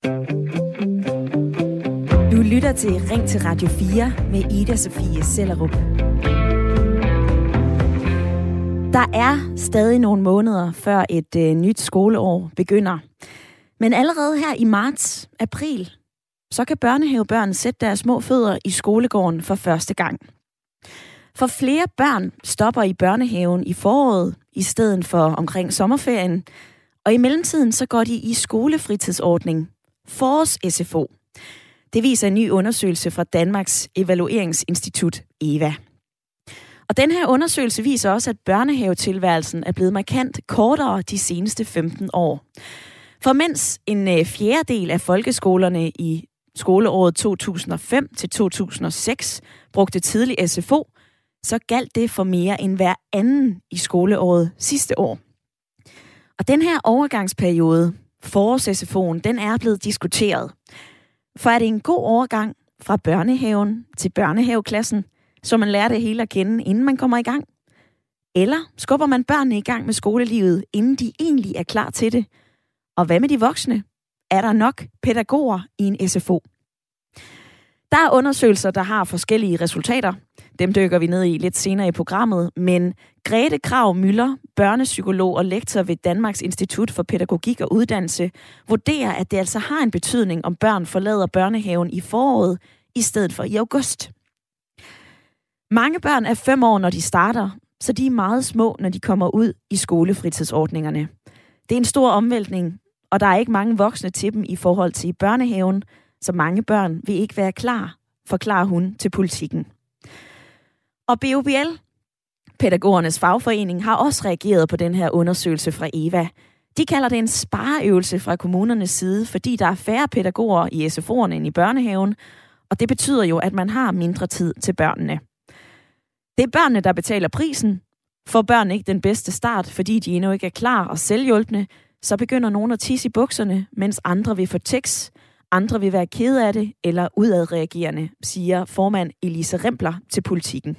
Du lytter til Ring til Radio 4 med Ida Sofie Sellerup. Der er stadig nogle måneder, før et nyt skoleår begynder. Men allerede her i marts, april, så kan børnehavebørn sætte deres små fødder i skolegården for første gang. For flere børn stopper i børnehaven i foråret, i stedet for omkring sommerferien. Og i mellemtiden så går de i skolefritidsordning, forårs-SFO. Det viser en ny undersøgelse fra Danmarks Evalueringsinstitut, EVA. Og den her undersøgelse viser også, at børnehavetilværelsen er blevet markant kortere de seneste 15 år. For mens en fjerdedel af folkeskolerne i skoleåret 2005 til 2006 brugte tidlig SFO, så galt det for mere end hver anden i skoleåret sidste år. Og den her overgangsperiode, forårs-SFO'en, den er blevet diskuteret. For er det en god overgang fra børnehaven til børnehaveklassen, så man lærer det hele at kende, inden man kommer i gang? Eller skubber man børnene i gang med skolelivet, inden de egentlig er klar til det? Og hvad med de voksne? Er der nok pædagoger i en SFO? Der er undersøgelser, der har forskellige resultater. Dem dykker vi ned i lidt senere i programmet. Men Grete Krag Møller, børnepsykolog og lektor ved Danmarks Institut for Pædagogik og Uddannelse, vurderer, at det altså har en betydning, om børn forlader børnehaven i foråret i stedet for i august. Mange børn er 5 år, når de starter, så de er meget små, når de kommer ud i skolefritidsordningerne. Det er en stor omvæltning, og der er ikke mange voksne til dem i forhold til børnehaven, så mange børn vil ikke være klar, forklarer hun til Politikken. Og BUPL, pædagogernes fagforening, har også reageret på den her undersøgelse fra EVA. De kalder det en spareøvelse fra kommunernes side, fordi der er færre pædagoger i SFO'erne end i børnehaven, og det betyder jo, at man har mindre tid til børnene. Det er børnene, der betaler prisen. Får børn ikke den bedste start, fordi de endnu ikke er klar og selvhjulpne, så begynder nogen at tisse i bukserne, mens andre vil få tekst, andre vil være kede af det eller udadreagerende, siger formand Elise Rempler til Politikken.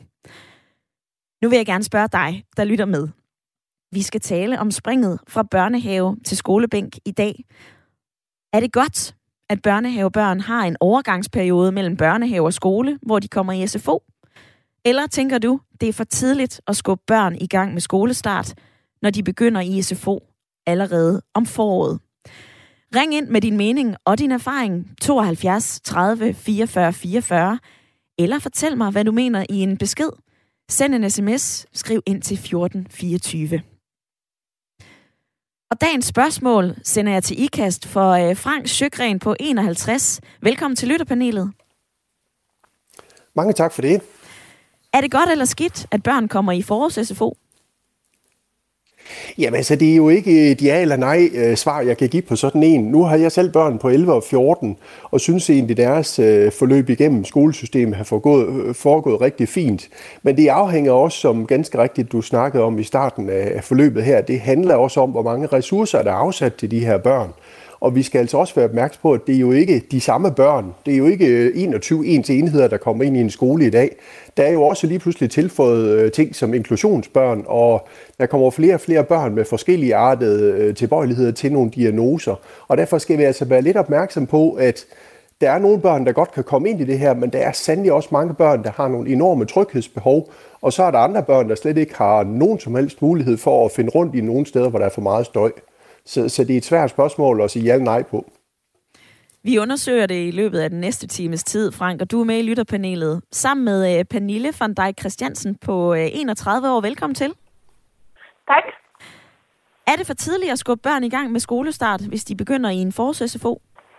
Nu vil jeg gerne spørge dig, der lytter med. Vi skal tale om springet fra børnehave til skolebænk i dag. Er det godt, at børnehavebørn har en overgangsperiode mellem børnehave og skole, hvor de kommer i SFO? Eller tænker du, det er for tidligt at skubbe børn i gang med skolestart, når de begynder i SFO allerede om foråret? Ring ind med din mening og din erfaring 72 30 44 44, eller fortæl mig, hvad du mener i en besked. Send en sms, skriv ind til 1424. Og dagens spørgsmål sender jeg til IKAST for Frank Sjøgren på 51. Velkommen til lytterpanelet. Mange tak for det. Er det godt eller skidt, at børn kommer i forårs-SFO? Jamen altså, det er jo ikke et ja eller nej svar, jeg kan give på sådan en. Nu har jeg selv børn på 11 og 14, og synes egentlig, deres forløb igennem skolesystemet har foregået rigtig fint. Men det afhænger også, som ganske rigtigt du snakkede om i starten af forløbet her, det handler også om, hvor mange ressourcer der er afsat til de her børn. Og vi skal altså også være opmærksom på, at det er jo ikke de samme børn. Det er jo ikke 21 ens enheder, der kommer ind i en skole i dag. Der er jo også lige pludselig tilføjet ting som inklusionsbørn, og der kommer flere og flere børn med forskellige artede tilbøjeligheder til nogle diagnoser. Og derfor skal vi altså være lidt opmærksom på, at der er nogle børn, der godt kan komme ind i det her, men der er sandelig også mange børn, der har nogle enorme tryghedsbehov. Og så er der andre børn, der slet ikke har nogen som helst mulighed for at finde rundt i nogle steder, hvor der er for meget støj. Så det er et svært spørgsmål at sige ja eller nej på. Vi undersøger det i løbet af den næste times tid, Frank, og du er med i lytterpanelet. Sammen med Pernille van Dijk Christiansen på 31 år. Velkommen til. Tak. Er det for tidligt at skubbe børn i gang med skolestart, hvis de begynder i en forårs-SFO?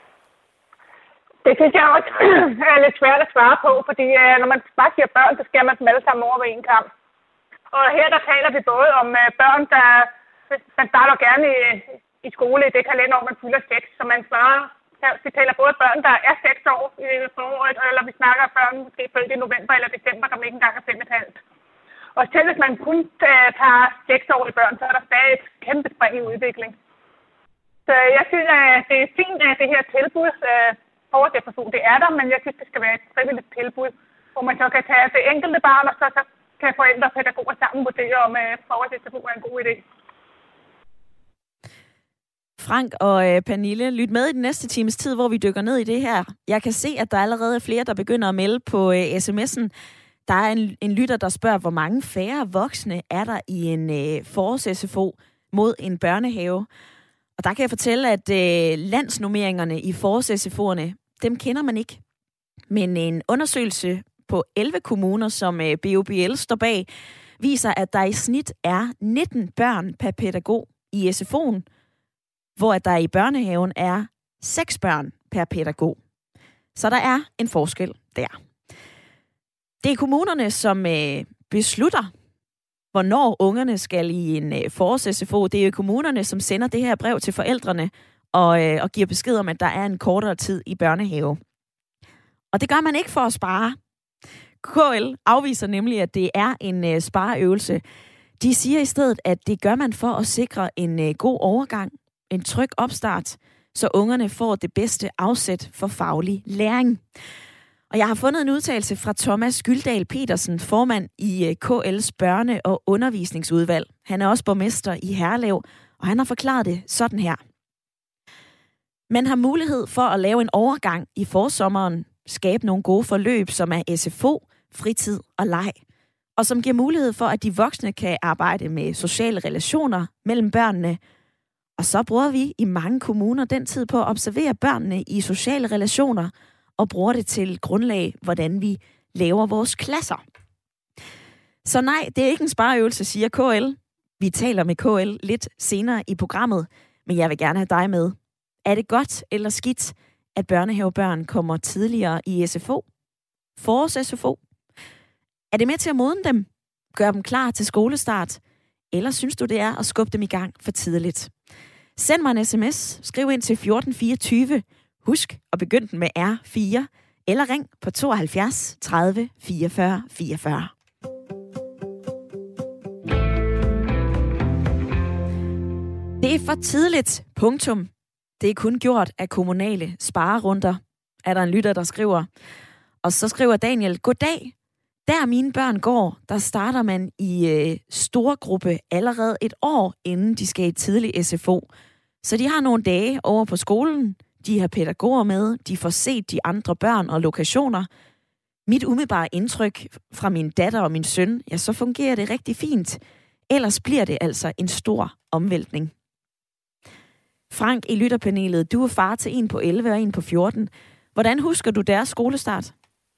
Det synes jeg også er lidt svært at svare på, fordi når man bare siger børn, så skal man dem alle sammen over ved en kamp. Og her der taler vi både om børn, der man starter gerne i skole i det kalender, når man fylder 6, så man svarer, vi taler både børn, der er 6 år i foråret, eller vi snakker børn måske født i november eller december, som ikke engang er 5,5. Og selv hvis man kun tager 6-årige børn, så er der stadig et kæmpe spring i udvikling. Så jeg synes, at det er fint, at det her tilbud, forårs-SFO, det er der, men jeg synes, det skal være et frivilligt tilbud, hvor man så kan tage det enkelte barn, og så kan forældre og pædagoger sammen vurdere, om forårs-SFO er en god idé. Frank og Pernille, lyt med i den næste times tid, hvor vi dykker ned i det her. Jeg kan se, at der allerede er flere, der begynder at melde på sms'en. Der er en lytter, der spørger, hvor mange færre voksne er der i en forårs-SFO mod en børnehave. Og der kan jeg fortælle, at landsnormeringerne i forårs-SFO'erne, dem kender man ikke. Men en undersøgelse på 11 kommuner, som BOBL står bag, viser, at der i snit er 19 børn per pædagog i SFO'en, hvor der i børnehaven er 6 børn per pædagog. Så der er en forskel der. Det er kommunerne, som beslutter, hvornår ungerne skal i en forårs-SFO. Det er kommunerne, som sender det her brev til forældrene og giver besked om, at der er en kortere tid i børnehave. Og det gør man ikke for at spare. KL afviser nemlig, at det er en spareøvelse. De siger i stedet, at det gør man for at sikre en god overgang, en tryg opstart, så ungerne får det bedste afsæt for faglig læring. Og jeg har fundet en udtalelse fra Thomas Gyldal Petersen, formand i KL's børne- og undervisningsudvalg. Han er også borgmester i Herlev, og han har forklaret det sådan her. Man har mulighed for at lave en overgang i forsommeren, skabe nogle gode forløb, som er SFO, fritid og leg, og som giver mulighed for, at de voksne kan arbejde med sociale relationer mellem børnene. Og så bruger vi i mange kommuner den tid på at observere børnene i sociale relationer, og bruger det til grundlag, hvordan vi laver vores klasser. Så nej, det er ikke en spareøvelse, siger KL. Vi taler med KL lidt senere i programmet, men jeg vil gerne have dig med. Er det godt eller skidt, at børnehavebørn kommer tidligere i SFO? Forårs-SFO? Er det med til at modne dem? Gør dem klar til skolestart? Eller synes du, det er at skubbe dem i gang for tidligt? Send mig en sms. Skriv ind til 1424. Husk at begynde den med R4. Eller ring på 72 30 44 44. Det er for tidligt. Punktum. Det er kun gjort af kommunale sparerunder, er der en lytter, der skriver. Og så skriver Daniel, goddag. Der mine børn går, der starter man i store gruppe allerede et år, inden de skal i tidlig SFO. Så de har nogle dage over på skolen, de har pædagoger med, de får set de andre børn og lokationer. Mit umiddelbare indtryk fra min datter og min søn, ja, så fungerer det rigtig fint. Ellers bliver det altså en stor omvæltning. Frank i lytterpanelet, du er far til en på 11 og en på 14. Hvordan husker du deres skolestart?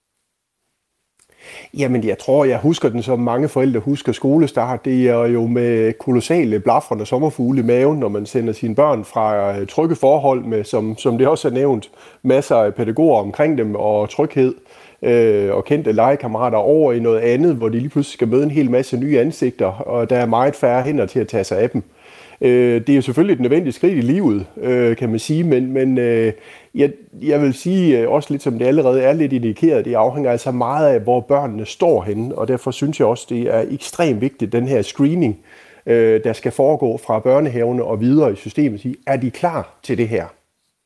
Jamen, jeg tror, jeg husker den, som mange forældre husker skolestart. Det er jo med kolossale blafrende sommerfugle i maven, når man sender sine børn fra trygge forhold med, som det også er nævnt, masser af pædagoger omkring dem og tryghed og kendte legekammerater over i noget andet, hvor de lige pludselig skal møde en hel masse nye ansigter, og der er meget færre hænder til at tage sig af dem. Det er jo selvfølgelig et nødvendigt skridt i livet, kan man sige, men jeg vil sige også lidt, som det allerede er lidt indikeret, det afhænger altså meget af, hvor børnene står henne, og derfor synes jeg også, det er ekstremt vigtigt, den her screening, der skal foregå fra børnehavene og videre i systemet. Er de klar til det her?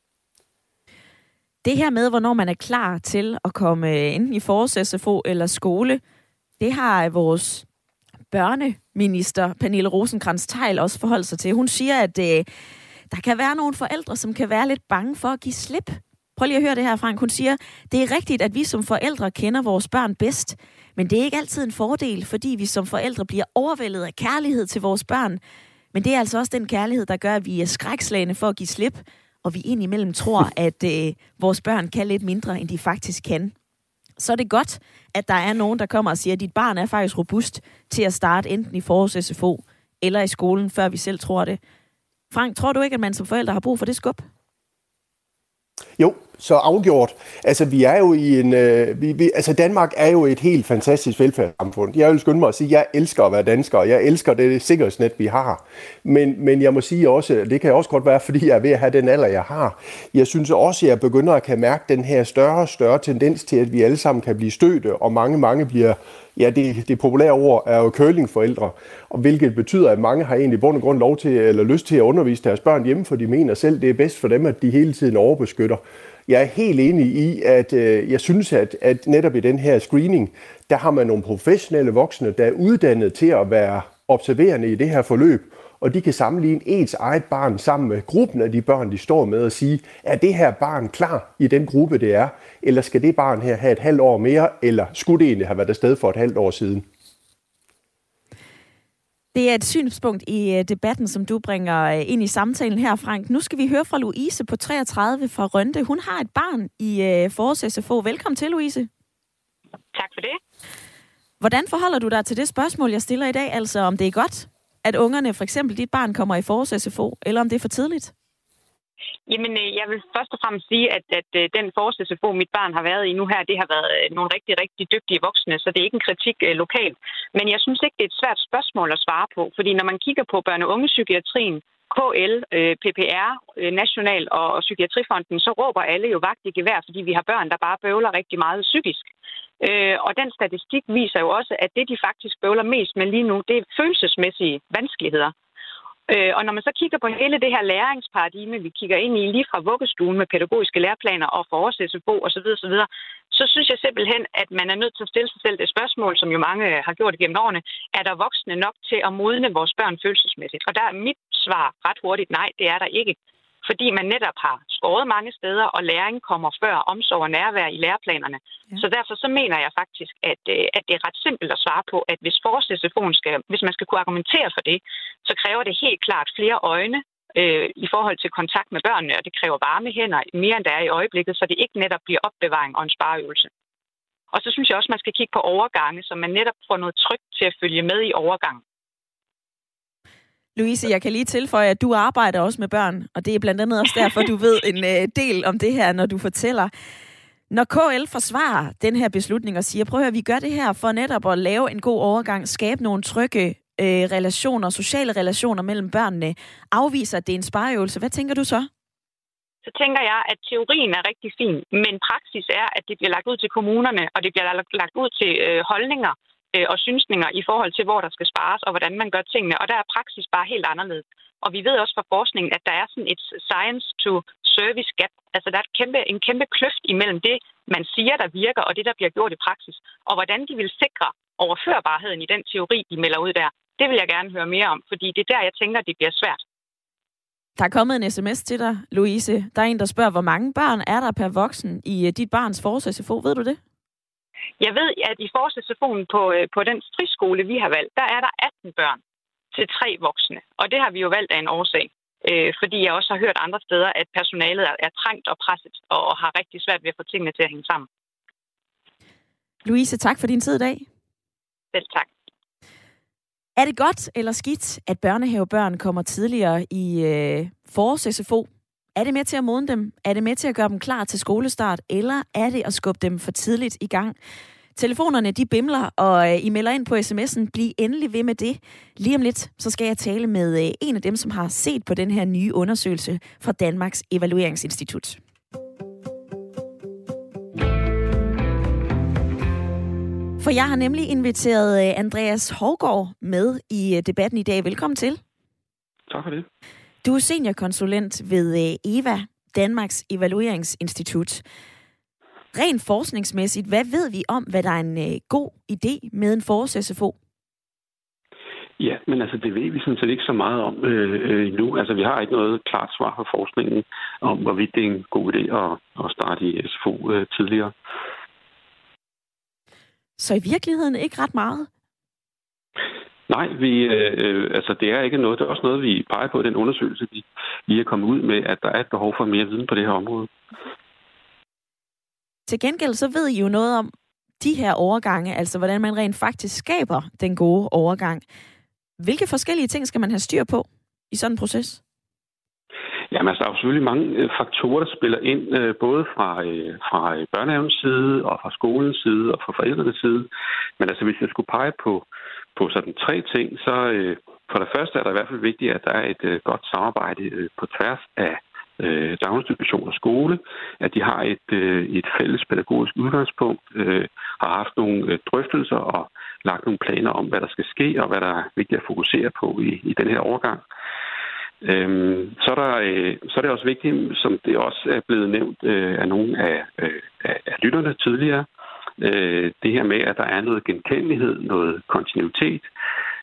Det her med, hvornår man er klar til at komme enten i forårs-SFO eller skole, det har vores børneminister Pernille Rosenkrantz-Theil også forholdt sig til. Hun siger, at der kan være nogle forældre, som kan være lidt bange for at give slip. Prøv lige at høre det her, Frank. Hun siger, det er rigtigt, at vi som forældre kender vores børn bedst, men det er ikke altid en fordel, fordi vi som forældre bliver overvældet af kærlighed til vores børn. Men det er altså også den kærlighed, der gør, at vi er skrækslagne for at give slip, og vi indimellem tror, at vores børn kan lidt mindre, end de faktisk kan. Så er det godt, at der er nogen, der kommer og siger, at dit barn er faktisk robust til at starte enten i forårs-SFO eller i skolen, før vi selv tror det. Frank, tror du ikke, at man som forælder har brug for det skub? Jo, så afgjort. Altså, vi er jo i en... altså, Danmark er jo et helt fantastisk velfærdssamfund. Jeg vil skynde mig at sige, at jeg elsker at være dansker, og jeg elsker det sikkerhedsnet, vi har. Men jeg må sige også, det kan også godt være, fordi jeg er ved at have den alder, jeg har. Jeg synes også, at jeg begynder at kan mærke den her større tendens til, at vi alle sammen kan blive stødte, og mange bliver... Ja, det populære ord er jo curlingforældre, og hvilket betyder, at mange har egentlig bund og grund lov til eller lyst til at undervise deres børn hjemme, for de mener selv, det er bedst for dem, at de hele tiden overbeskytter. Jeg er helt enig i, at jeg synes, at netop i den her screening, der har man nogle professionelle voksne, der er uddannet til at være observerende i det her forløb, og de kan sammenligne ens eget barn sammen med gruppen af de børn, de står med og sige, er det her barn klar i den gruppe, det er, eller skal det barn her have et halvt år mere, eller skulle det egentlig have været afsted for et halvt år siden? Det er et synspunkt i debatten, som du bringer ind i samtalen her, Frank. Nu skal vi høre fra Louise på 33 fra Rønde. Hun har et barn i forårs-SFO. Velkommen til, Louise. Tak for det. Hvordan forholder du dig til det spørgsmål, jeg stiller i dag? Altså om det er godt, at ungerne, for eksempel dit barn, kommer i forårs-SFO, eller om det er for tidligt? Jamen, jeg vil først og fremmest sige, at den forårs-SFO, mit barn har været i nu her, det har været nogle rigtig, rigtig dygtige voksne, så det er ikke en kritik lokalt. Men jeg synes ikke, det er et svært spørgsmål at svare på, fordi når man kigger på børne- og ungepsykiatrien, KL, PPR, National og Psykiatrifonden, så råber alle jo vagt i gevær, fordi vi har børn, der bare bøvler rigtig meget psykisk. Og den statistik viser jo også, at det, de faktisk bøvler mest med lige nu, det er følelsesmæssige vanskeligheder. Og når man så kigger på hele det her læringsparadigme, vi kigger ind i lige fra vuggestuen med pædagogiske læreplaner og forårs-SFO osv., så synes jeg simpelthen, at man er nødt til at stille sig selv det spørgsmål, som jo mange har gjort gennem årene, er der voksne nok til at modne vores børn følelsesmæssigt? Og der er mit svar ret hurtigt, nej, det er der ikke. Fordi man netop har skåret mange steder, og læring kommer før omsorg og nærvær i læreplanerne. Ja. Så derfor så mener jeg faktisk, at det er ret simpelt at svare på, at hvis man skal kunne argumentere for det, så kræver det helt klart flere øjne i forhold til kontakt med børnene, og det kræver varme hænder mere end der er i øjeblikket, så det ikke netop bliver opbevaring og en spareøvelse. Og så synes jeg også, man skal kigge på overgange, så man netop får noget trygt til at følge med i overgangen. Louise, jeg kan lige tilføje, at du arbejder også med børn, og det er blandt andet også derfor, du ved en del om det her, når du fortæller. Når KL forsvarer den her beslutning og siger, prøv at høre, vi gør det her for netop at lave en god overgang, skabe nogle trygge relationer, sociale relationer mellem børnene, afviser, at det er en spareøvelse. Hvad tænker du så? Så tænker jeg, at teorien er rigtig fin, men praksis er, at det bliver lagt ud til kommunerne, og det bliver lagt ud til holdninger og synsninger i forhold til, hvor der skal spares, og hvordan man gør tingene. Og der er praksis bare helt anderledes. Og vi ved også fra forskningen, at der er sådan et science-to-service gap. Altså der er en kæmpe kløft imellem det, man siger, der virker, og det, der bliver gjort i praksis. Og hvordan de vil sikre overførbarheden i den teori, de melder ud der, det vil jeg gerne høre mere om, fordi det er der, jeg tænker, det bliver svært. Der er kommet en sms til dig, Louise. Der er en, der spørger, hvor mange børn er der per voksen i dit barns forårs-SFO? Ved du det? Jeg ved, at i forårs-SFO'en på den friskole, vi har valgt, der er der 18 børn til 3 voksne. Og det har vi jo valgt af en årsag. Fordi jeg også har hørt andre steder, at personalet er trængt og presset og har rigtig svært ved at få tingene til at hænge sammen. Louise, tak for din tid i dag. Selv tak. Er det godt eller skidt, at børnehavebørn kommer tidligere i forårs-SFO? Er det med til at modne dem? Er det med til at gøre dem klar til skolestart? Eller er det at skubbe dem for tidligt i gang? Telefonerne, de bimler, og I melder ind på sms'en. Bliv endelig ved med det. Lige om lidt, så skal jeg tale med en af dem, som har set på den her nye undersøgelse fra Danmarks Evalueringsinstitut. For jeg har nemlig inviteret Andreas Hovgaard med i debatten i dag. Velkommen til. Tak for det. Du er seniorkonsulent ved EVA, Danmarks Evalueringsinstitut. Rent forskningsmæssigt, hvad ved vi om, hvad der er en god idé med en forårs-SFO? Ja, men altså det ved vi sådan set ikke så meget om endnu. Altså vi har ikke noget klart svar fra forskningen om, hvorvidt det er en god idé at starte i SFO tidligere. Så i virkeligheden ikke ret meget? Nej, altså det er ikke noget. Det er også noget, vi peger på i den undersøgelse, vi lige er kommet ud med, at der er et behov for mere viden på det her område. Til gengæld så ved I jo noget om de her overgange, altså hvordan man rent faktisk skaber den gode overgang. Hvilke forskellige ting skal man have styr på i sådan en proces? Jamen altså, der er jo selvfølgelig mange faktorer, der spiller ind, både fra børnehavens side, og fra skolens side, og fra forældrenes side. Men altså, hvis jeg skulle pege på sådan 3 ting, så for det første er det i hvert fald vigtigt, at der er et godt samarbejde på tværs af daginstitution og skole, at de har et fælles pædagogisk udgangspunkt, har haft nogle drøftelser og lagt nogle planer om, hvad der skal ske, og hvad der er vigtigt at fokusere på i den her overgang. Så er det også vigtigt, som det også er blevet nævnt af nogle af lytterne tidligere, det her med, at der er noget genkendelighed, noget kontinuitet.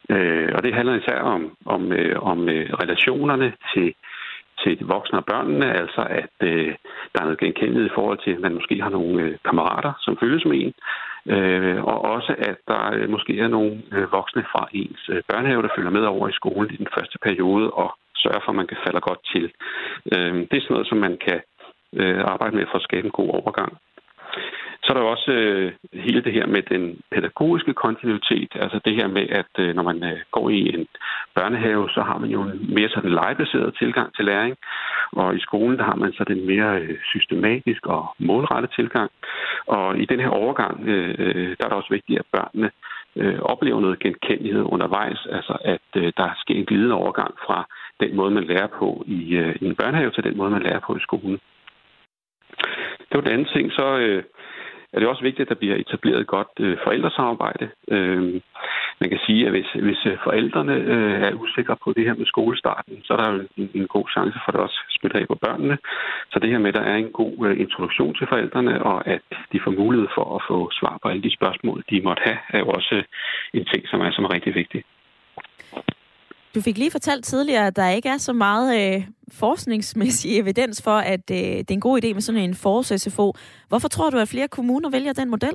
Og det handler især om relationerne til de voksne og børnene, altså at der er noget genkendelighed i forhold til, at man måske har nogle kammerater, som følges med en, og også at der måske er nogle voksne fra ens børnehave, der følger med over i skolen i den første periode og sørger for, at man kan falde godt til. Det er sådan noget, som man kan arbejde med for at skabe en god overgang. Så er der også hele det her med den pædagogiske kontinuitet, altså det her med, at når man går i en børnehave, så har man jo en mere sådan legebaseret tilgang til læring, og i skolen der har man så den mere systematisk og målrettet tilgang. Og i den her overgang, der er det også vigtigt, at børnene oplever noget genkendelighed undervejs, altså at der sker en glidende overgang fra den måde, man lærer på i en børnehave, til den måde, man lærer på i skolen. Det var den anden ting, så er det også vigtigt, at der bliver etableret et godt forældresamarbejde. Man kan sige, at hvis forældrene er usikre på det her med skolestarten, så er der jo en god chance for, at det også spiller af på børnene. Så det her med, at der er en god introduktion til forældrene, og at de får mulighed for at få svar på alle de spørgsmål, de måtte have, er jo også en ting, som er rigtig vigtig. Du fik lige fortalt tidligere, at der ikke er så meget forskningsmæssig evidens for, at det er en god idé med sådan en forårs-SFO. Hvorfor tror du, at flere kommuner vælger den model?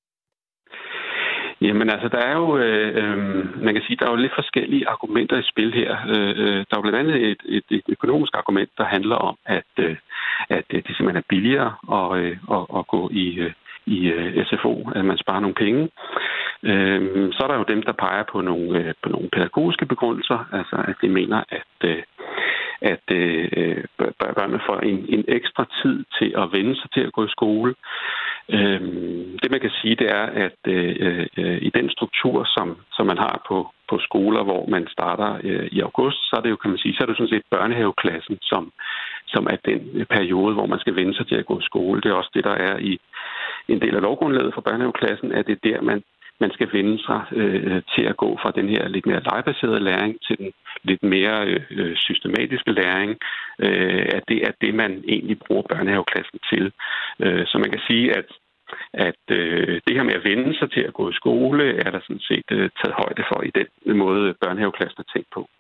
Jamen altså, der er jo, man kan sige, der er jo lidt forskellige argumenter i spil her. Der er jo blandt andet et økonomisk argument, der handler om, at det simpelthen er billigere at gå i SFO, at man sparer nogle penge. Så er der jo dem, der peger på nogle pædagogiske begrundelser, altså at de mener, at børnene får en ekstra tid til at vende sig til at gå i skole. Det man kan sige, det er, at i den struktur, som man har på skoler, hvor man starter i august, så er det jo, kan man sige, så er det sådan set børnehaveklassen, som er den periode, hvor man skal vende sig til at gå i skole. Det er også det, der er i en del af lovgrundlaget for børnehaveklassen, at det er der, man skal vende sig til at gå fra den her lidt mere legebaserede læring til den lidt mere systematiske læring. At det er det, man egentlig bruger børnehaveklassen til. Så man kan sige, at det her med at vende sig til at gå i skole, er der sådan set taget højde for i den måde, børnehaveklassen er tænkt på.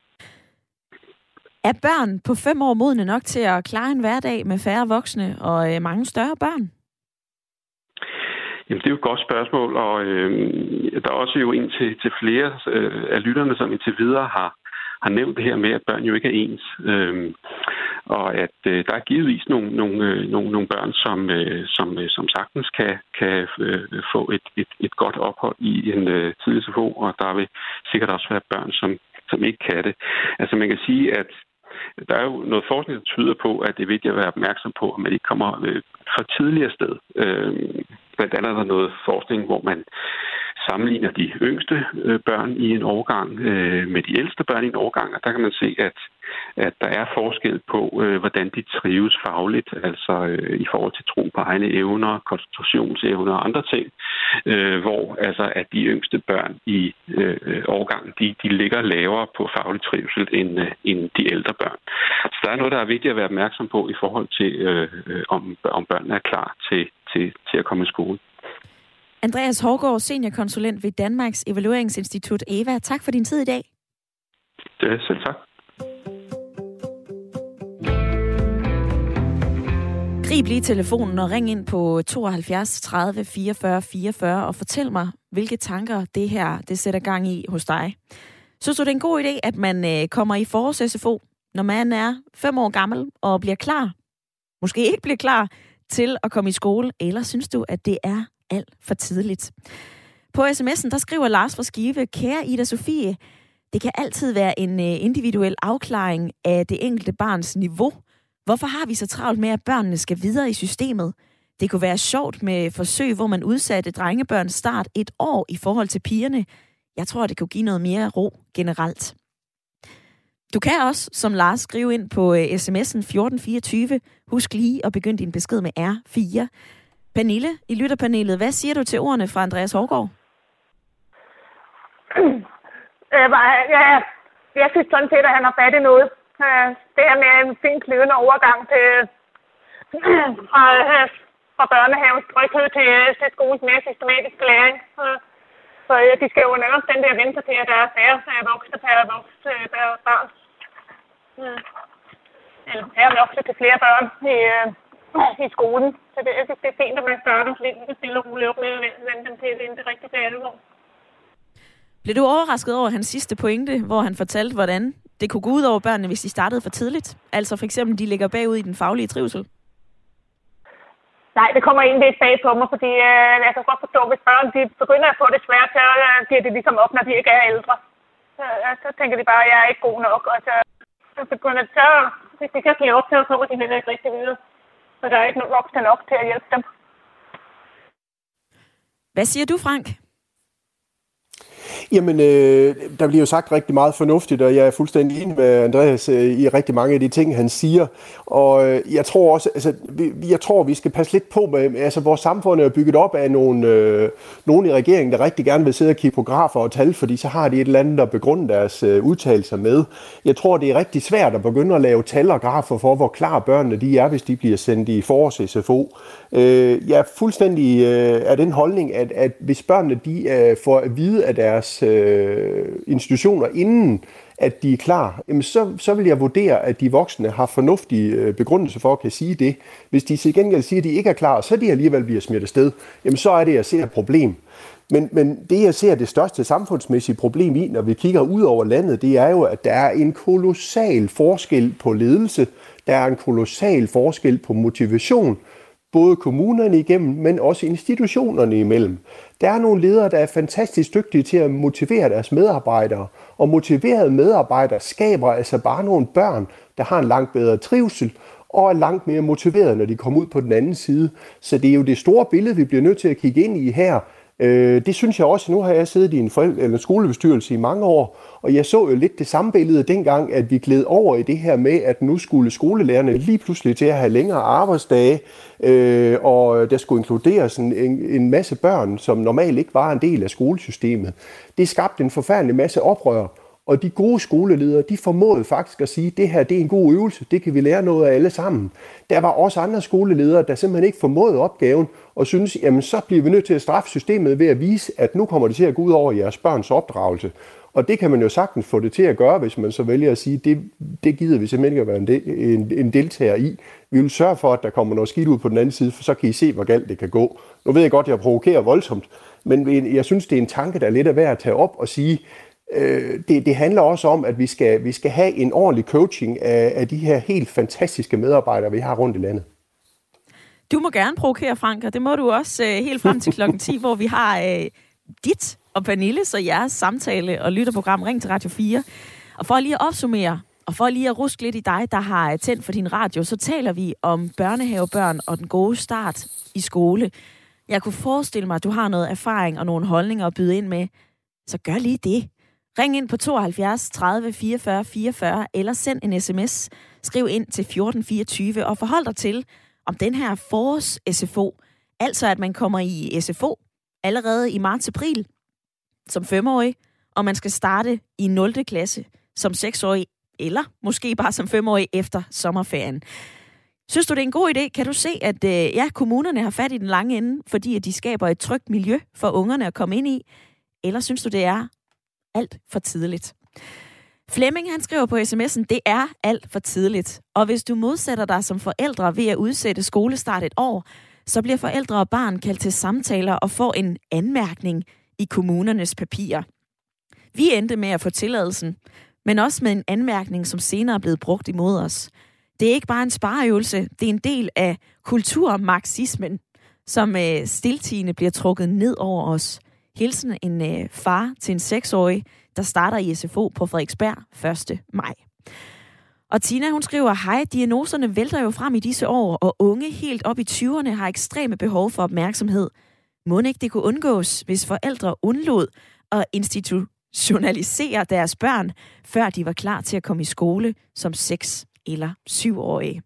Er børn på 5 år modne nok til at klare en hverdag med færre voksne og mange større børn? Jamen, det er jo et godt spørgsmål, og der er også jo en til flere af lytterne, som indtil videre har nævnt det her med, at børn jo ikke er ens. Og at der er givetvis nogle børn, som sagtens kan få et godt ophold i en tidlig SFO, og der vil sikkert også være børn, som ikke kan det. Altså man kan sige, at der er jo noget forskning, der tyder på, at det er vigtigt at være opmærksom på, at man ikke kommer for tidligere sted. Blandt andet er der noget forskning, hvor man sammenligner de yngste børn i en årgang med de ældste børn i en årgang, og der kan man se, at der er forskel på, hvordan de trives fagligt, altså i forhold til tro på egne evner, koncentrationsevner og andre ting, hvor altså at de yngste børn i årgangen, de ligger lavere på faglig trivsel end de ældre børn. Så der er noget, der er vigtigt at være opmærksom på i forhold til, om børnene er klar til at komme i skole. Andreas Hougaard, seniorkonsulent ved Danmarks Evalueringsinstitut EVA. Tak for din tid i dag. Det er selv tak. Grib lige telefonen og ring ind på 72 30 44 44 og fortæl mig, hvilke tanker det her det sætter gang i hos dig. Synes du, det er en god idé, at man kommer i forårs-SFO, når man er 5 år gammel og bliver klar? Måske ikke bliver klar til at komme i skole, eller synes du, at det er alt for tidligt? På sms'en, der skriver Lars fra Skive: Kære Ida Sofie, det kan altid være en individuel afklaring af det enkelte barns niveau. Hvorfor har vi så travlt med, at børnene skal videre i systemet? Det kunne være sjovt med forsøg, hvor man udsatte drengebørns start 1 år i forhold til pigerne. Jeg tror, det kunne give noget mere ro generelt. Du kan også, som Lars, skrive ind på sms'en 1424. Husk lige at begynde din besked med R4. Pernille i lytterpanelet, hvad siger du til ordene fra Andreas Hougaard? Jeg synes sådan set, at han har fat i noget. Det her med en fin glidende overgang fra børnehavens tryghed til skolens mere systematiske læring. For de skal jo nærmest den der vente til, at der er færre voksne per barn. Eller færre voksne til flere børn i skolen. Så det er fint, at man starter lidt stille og roligt op med at vende dem til, at det rigtig bliver alvor. Blev du overrasket over hans sidste pointe, hvor han fortalte, hvordan det kunne gå ud over børnene, hvis de startede for tidligt? Altså for eksempel, de ligger bagud i den faglige trivsel? Nej, det kommer egentlig ikke bag på mig, fordi jeg kan godt forstå, hvis børn de begynder at få det svært, så bliver det ligesom op, når de ikke er ældre. Så tænker de bare, at jeg er ikke god nok, og så begynder det, så hvis de kan blive op til, så kommer de heller ikke rigtig videre. Så der er ikke nok voksne nok til at hjælpe dem. Hvad siger du, Frank? Jamen, der bliver jo sagt rigtig meget fornuftigt, og jeg er fuldstændig enig med Andreas i rigtig mange af de ting, han siger. Og jeg tror også, altså, vi skal passe lidt på med, altså vores samfund er bygget op af nogen i regeringen, der rigtig gerne vil sidde og kigge på grafer og tal, fordi så har de et eller andet at begrunde deres udtalelser med. Jeg tror, det er rigtig svært at begynde at lave tal og grafer for, hvor klar børnene de er, hvis de bliver sendt i forårs-SFO. Jeg er fuldstændig af den holdning, at hvis børnene de får at vide af deres institutioner, inden at de er klar, jamen så vil jeg vurdere, at de voksne har fornuftige begrundelser for at kan sige det. Hvis de til gengæld siger, at de ikke er klar, så de alligevel bliver smidt afsted, jamen så er det, jeg ser et problem. Men det, jeg ser det største samfundsmæssige problem i, når vi kigger ud over landet, det er jo, at der er en kolossal forskel på ledelse, der er en kolossal forskel på motivation, både kommunerne igennem, men også institutionerne imellem. Der er nogle ledere, der er fantastisk dygtige til at motivere deres medarbejdere, og motiverede medarbejdere skaber altså bare nogle børn, der har en langt bedre trivsel, og er langt mere motiverede, når de kommer ud på den anden side. Så det er jo det store billede, vi bliver nødt til at kigge ind i her. Det synes jeg også. Nu har jeg siddet i en skolebestyrelse i mange år, og jeg så jo lidt det samme billede dengang, at vi gled over i det her med, at nu skulle skolelærerne lige pludselig til at have længere arbejdsdage, og der skulle inkluderes en masse børn, som normalt ikke var en del af skolesystemet. Det skabte en forfærdelig masse oprør, og de gode skoleledere, de formåede faktisk at sige, at det her det er en god øvelse, det kan vi lære noget af alle sammen. Der var også andre skoleledere, der simpelthen ikke formåede opgaven, og synes, jamen så bliver vi nødt til at straffe systemet ved at vise, at nu kommer det til at gå ud over jeres børns opdragelse. Og det kan man jo sagtens få det til at gøre, hvis man så vælger at sige, det gider vi simpelthen ikke at være en deltager i. Vi vil sørge for, at der kommer noget skidt ud på den anden side, for så kan I se, hvor galt det kan gå. Nu ved jeg godt, at jeg provokerer voldsomt, men jeg synes, det er en tanke, der er lidt af værd at tage op og sige, det handler også om, at vi skal have en ordentlig coaching af de her helt fantastiske medarbejdere, vi har rundt i landet. Du må gerne provokere, Frank, og det må du også helt frem til klokken 10, hvor vi har dit og Pernilles og jeres samtale- og lytterprogram Ring til Radio 4. Og for lige at opsummere, og for lige at ruske lidt i dig, der har tændt for din radio, så taler vi om børnehavebørn og den gode start i skole. Jeg kunne forestille mig, at du har noget erfaring og nogle holdninger at byde ind med. Så gør lige det. Ring ind på 72 30 44 44, eller send en sms. Skriv ind til 1424 og forhold dig til, om den her forårs-SFO, altså at man kommer i SFO allerede i marts-april som 5-årig, og man skal starte i 0. klasse som 6-årig, eller måske bare som 5-årig efter sommerferien. Synes du, det er en god idé? Kan du se, at kommunerne har fat i den lange ende, fordi at de skaber et trygt miljø for ungerne at komme ind i? Eller synes du, det er alt for tidligt? Flemming, han skriver på sms'en, det er alt for tidligt. Og hvis du modsætter dig som forældre ved at udsætte skolestart et år, så bliver forældre og barn kaldt til samtaler og får en anmærkning i kommunernes papirer. Vi endte med at få tilladelsen, men også med en anmærkning, som senere er blevet brugt imod os. Det er ikke bare en spareøvelse, det er en del af kulturmarxismen, som stiltigende bliver trukket ned over os. Hilsen en far til en 6-årig, der starter i SFO på Frederiksberg 1. maj. Og Tina, hun skriver, hej, diagnoserne vælter jo frem i disse år, og unge helt op i 20'erne har ekstreme behov for opmærksomhed. Må ikke det kunne undgås, hvis forældre undlod at institutionalisere deres børn, før de var klar til at komme i skole som 6- eller 7-årige.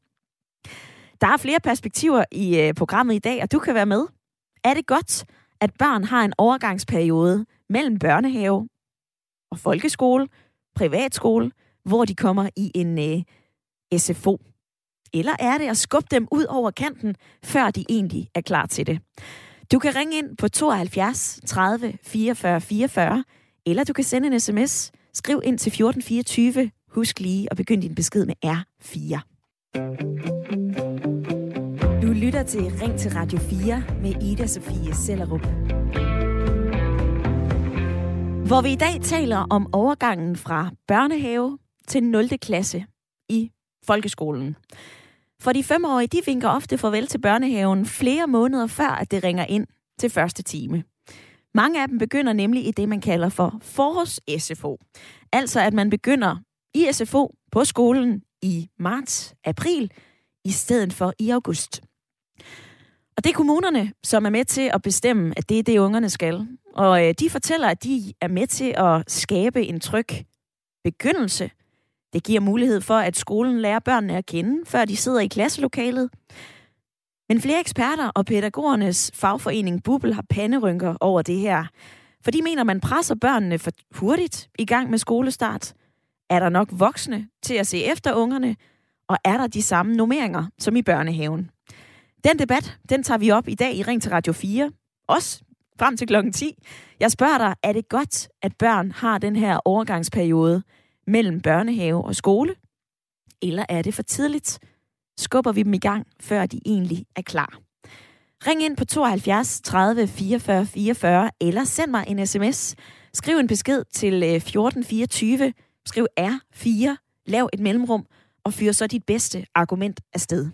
Der er flere perspektiver i programmet i dag, og du kan være med. Er det godt, at børn har en overgangsperiode mellem børnehave og folkeskole, privatskole, hvor de kommer i en SFO? Eller er det at skubbe dem ud over kanten, før de egentlig er klar til det? Du kan ringe ind på 72 30 44 44, eller du kan sende en sms. Skriv ind til 1424. Husk lige at begynde din besked med R4. Du lytter til Ring til Radio 4 med Ida Sofie Sellerup. Hvor vi i dag taler om overgangen fra børnehave til 0. klasse i folkeskolen. For de 5-årige, de vinker ofte farvel til børnehaven flere måneder før, at det ringer ind til første time. Mange af dem begynder nemlig i det, man kalder for forårs-SFO. Altså at man begynder i SFO på skolen i marts-april, i stedet for i august. Og det er kommunerne, som er med til at bestemme, at det er det, ungerne skal. Og de fortæller, at de er med til at skabe en tryg begyndelse. Det giver mulighed for, at skolen lærer børnene at kende, før de sidder i klasselokalet. Men flere eksperter og pædagogernes fagforening BUPL har panderynker over det her. For de mener, man presser børnene for hurtigt i gang med skolestart. Er der nok voksne til at se efter ungerne? Og er der de samme normeringer som i børnehaven? Den debat, den tager vi op i dag i Ring til Radio 4. Også frem til klokken 10. Jeg spørger dig, er det godt, at børn har den her overgangsperiode mellem børnehave og skole? Eller er det for tidligt? Skubber vi dem i gang, før de egentlig er klar? Ring ind på 72 30 44 44, eller send mig en sms. Skriv en besked til 1424. Skriv R4, lav et mellemrum, og fyr så dit bedste argument afsted.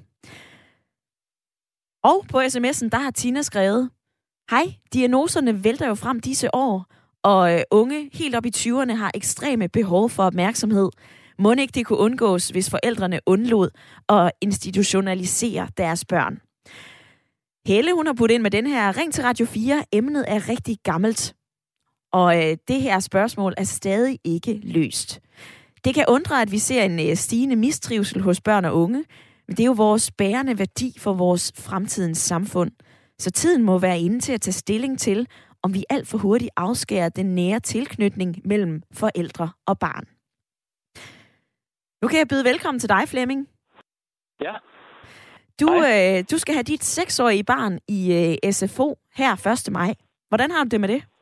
Og på sms'en, der har Tina skrevet: Hej, diagnoserne vælter jo frem disse år, og unge helt op i 20'erne har ekstreme behov for opmærksomhed. Må ikke det kunne undgås, hvis forældrene undlod at institutionalisere deres børn? Helle, hun har puttet ind med den her Ring til Radio 4. Emnet er rigtig gammelt, og det her spørgsmål er stadig ikke løst. Det kan undre, at vi ser en stigende mistrivsel hos børn og unge, men det er jo vores bærende værdi for vores fremtidens samfund. Så tiden må være inde til at tage stilling til, om vi alt for hurtigt afskærer den nære tilknytning mellem forældre og barn. Nu kan jeg byde velkommen til dig, Flemming. Ja. Du skal have dit 6-årige barn i SFO her 1. maj. Hvordan har du det med det?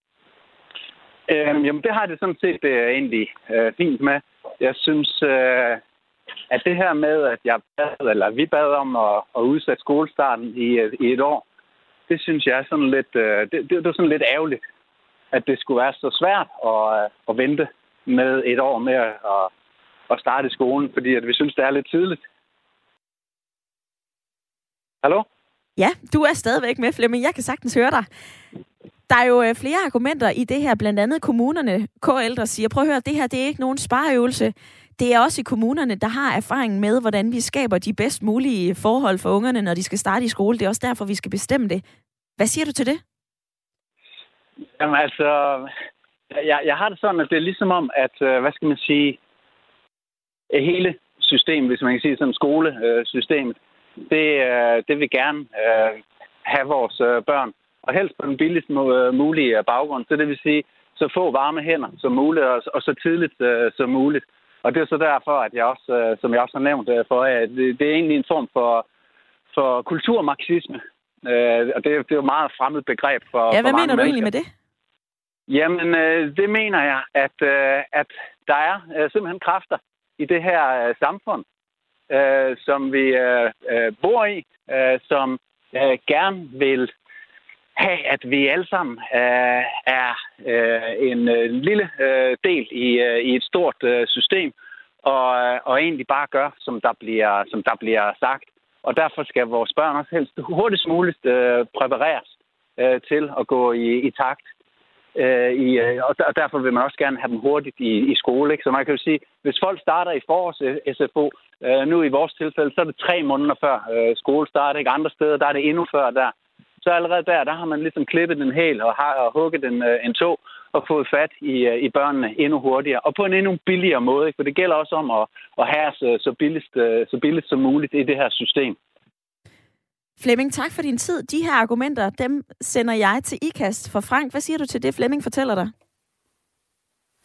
Jamen, det har det sådan set egentlig fint med. Jeg synes, at det her med, at vi bad om at udsætte skolestarten i et år, det synes jeg er sådan lidt, det er sådan lidt ærgerligt, at det skulle være så svært at vente med et år med at starte i skolen, fordi at vi synes, det er lidt tidligt. Hallo? Ja, du er stadigvæk med, Flemming. Jeg kan sagtens høre dig. Der er jo flere argumenter i det her, blandt andet kommunerne, KL, der siger, prøv at høre, det her det er ikke nogen spareøvelse. Det er også i kommunerne, der har erfaring med, hvordan vi skaber de bedst mulige forhold for ungerne, når de skal starte i skole. Det er også derfor, vi skal bestemme det. Hvad siger du til det? Jamen altså, jeg har det sådan, at det er ligesom om, at, hvad skal man sige, hele systemet, hvis man kan sige sådan skolesystemet, det vil gerne have vores børn, og helst på den billigst mulige baggrund. Så det vil sige, så få varme hænder som muligt, og så tidligt som muligt. Og det er så derfor, at jeg også, som jeg også har nævnt for, at det er egentlig en form for kulturmarxisme. Og det er jo meget fremmed begreb for hvad for mange mener du egentlig mennesker. med det? Jamen, det mener jeg, at der er simpelthen kræfter i det her samfund, som vi bor i, som gerne vil have, at vi alle sammen er en lille del i et stort system, og egentlig bare gør, som der bliver sagt. Og derfor skal vores børn også helst hurtigst muligt præpareres til at gå i takt. Og derfor vil man også gerne have dem hurtigt i skole. Ikke? Så man kan jo sige, hvis folk starter i forårs SFO, nu i vores tilfælde, så er det 3 måneder før skolestart. Ikke? Andre steder, der er det endnu før der. Så allerede der har man ligesom klippet den hæl og har hugget en tå og fået fat i børnene endnu hurtigere. Og på en endnu billigere måde. Ikke? For det gælder også om at have så billigt som muligt i det her system. Flemming, tak for din tid. De her argumenter, dem sender jeg til IKAST for Frank. Hvad siger du til det, Flemming fortæller dig?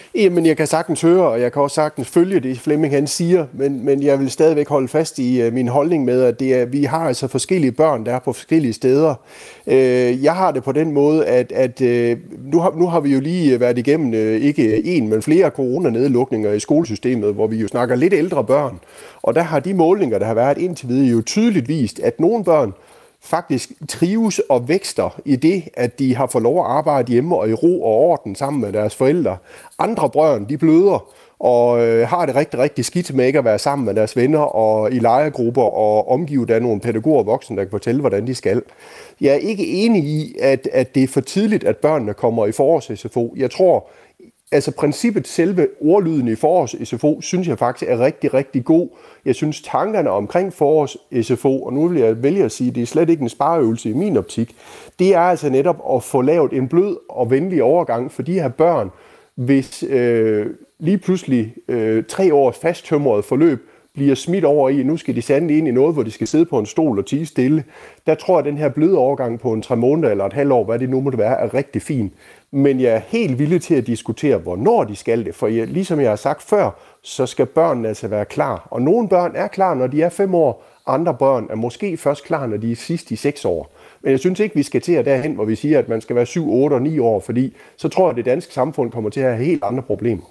Jamen, jeg kan sagtens høre, og jeg kan også sagtens følge det, Flemming han siger, men jeg vil stadigvæk holde fast i min holdning med, at vi har altså forskellige børn, der er på forskellige steder. Jeg har det på den måde, at nu har vi jo lige været igennem ikke en, men flere coronanedlukninger i skolesystemet, hvor vi jo snakker lidt ældre børn. Og der har de målinger, der har været indtil videre, jo tydeligt vist, at nogle børn faktisk trives og vækster i det, at de har fået lov at arbejde hjemme og i ro og orden sammen med deres forældre. Andre børn, de bløder og har det rigtig, rigtig skidt med ikke at være sammen med deres venner og i legegrupper og omgivet af nogle pædagoger og voksne, der kan fortælle, hvordan de skal. Jeg er ikke enig i, at det er for tidligt, at børnene kommer i forårs-SFO. Jeg tror, altså princippet, selve ordlyden i forårs-SFO, synes jeg faktisk er rigtig, rigtig god. Jeg synes tankerne omkring forårs-SFO, og nu vil jeg vælge at sige, at det er slet ikke en spareøvelse i min optik, det er altså netop at få lavet en blød og venlig overgang for de her børn, hvis lige pludselig 3 års fasttømret forløb bliver smidt over i, nu skal de sande ind i noget, hvor de skal sidde på en stol og tie stille. Der tror jeg, at den her bløde overgang på 3 måneder eller et halvt år, hvad det nu måtte være, er rigtig fin. Men jeg er helt villig til at diskutere, hvornår de skal det. For ligesom jeg har sagt før, så skal børnene altså være klar. Og nogle børn er klar, når de er 5 år. Andre børn er måske først klar, når de er sidst i 6 år. Men jeg synes ikke, vi skal til at derhen, hvor vi siger, at man skal være 7, 8 og 9 år, fordi så tror jeg, at det danske samfund kommer til at have helt andre problemer.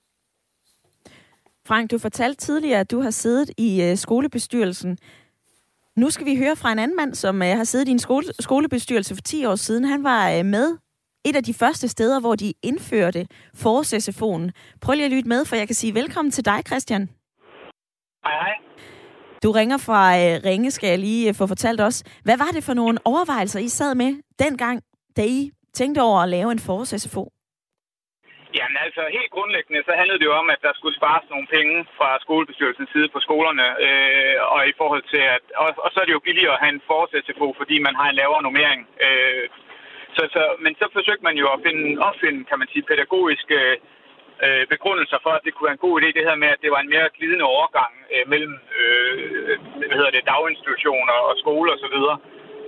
Frank, du fortalte tidligere, at du har siddet i skolebestyrelsen. Nu skal vi høre fra en anden mand, som har siddet i en skolebestyrelse for 10 år siden. Han var med et af de første steder, hvor de indførte forårs-SFO'en. Prøv lige at lytte med, for jeg kan sige velkommen til dig, Christian. Hej, hej. Du ringer fra Ringe, skal jeg lige få fortalt os. Hvad var det for nogle overvejelser, I sad med dengang, da I tænkte over at lave en forårs-SFO? Jamen altså, helt grundlæggende, så handlede det jo om, at der skulle spares nogle penge fra skolebestyrelsens side på skolerne, og i forhold til at, og så er det jo billigere at have en forårs-SFO, fordi man har en lavere normering. Men så forsøgte man jo at opfinde, kan man sige, pædagogiske begrundelser for, at det kunne være en god idé, det her med, at det var en mere glidende overgang mellem daginstitutioner og skole og så videre.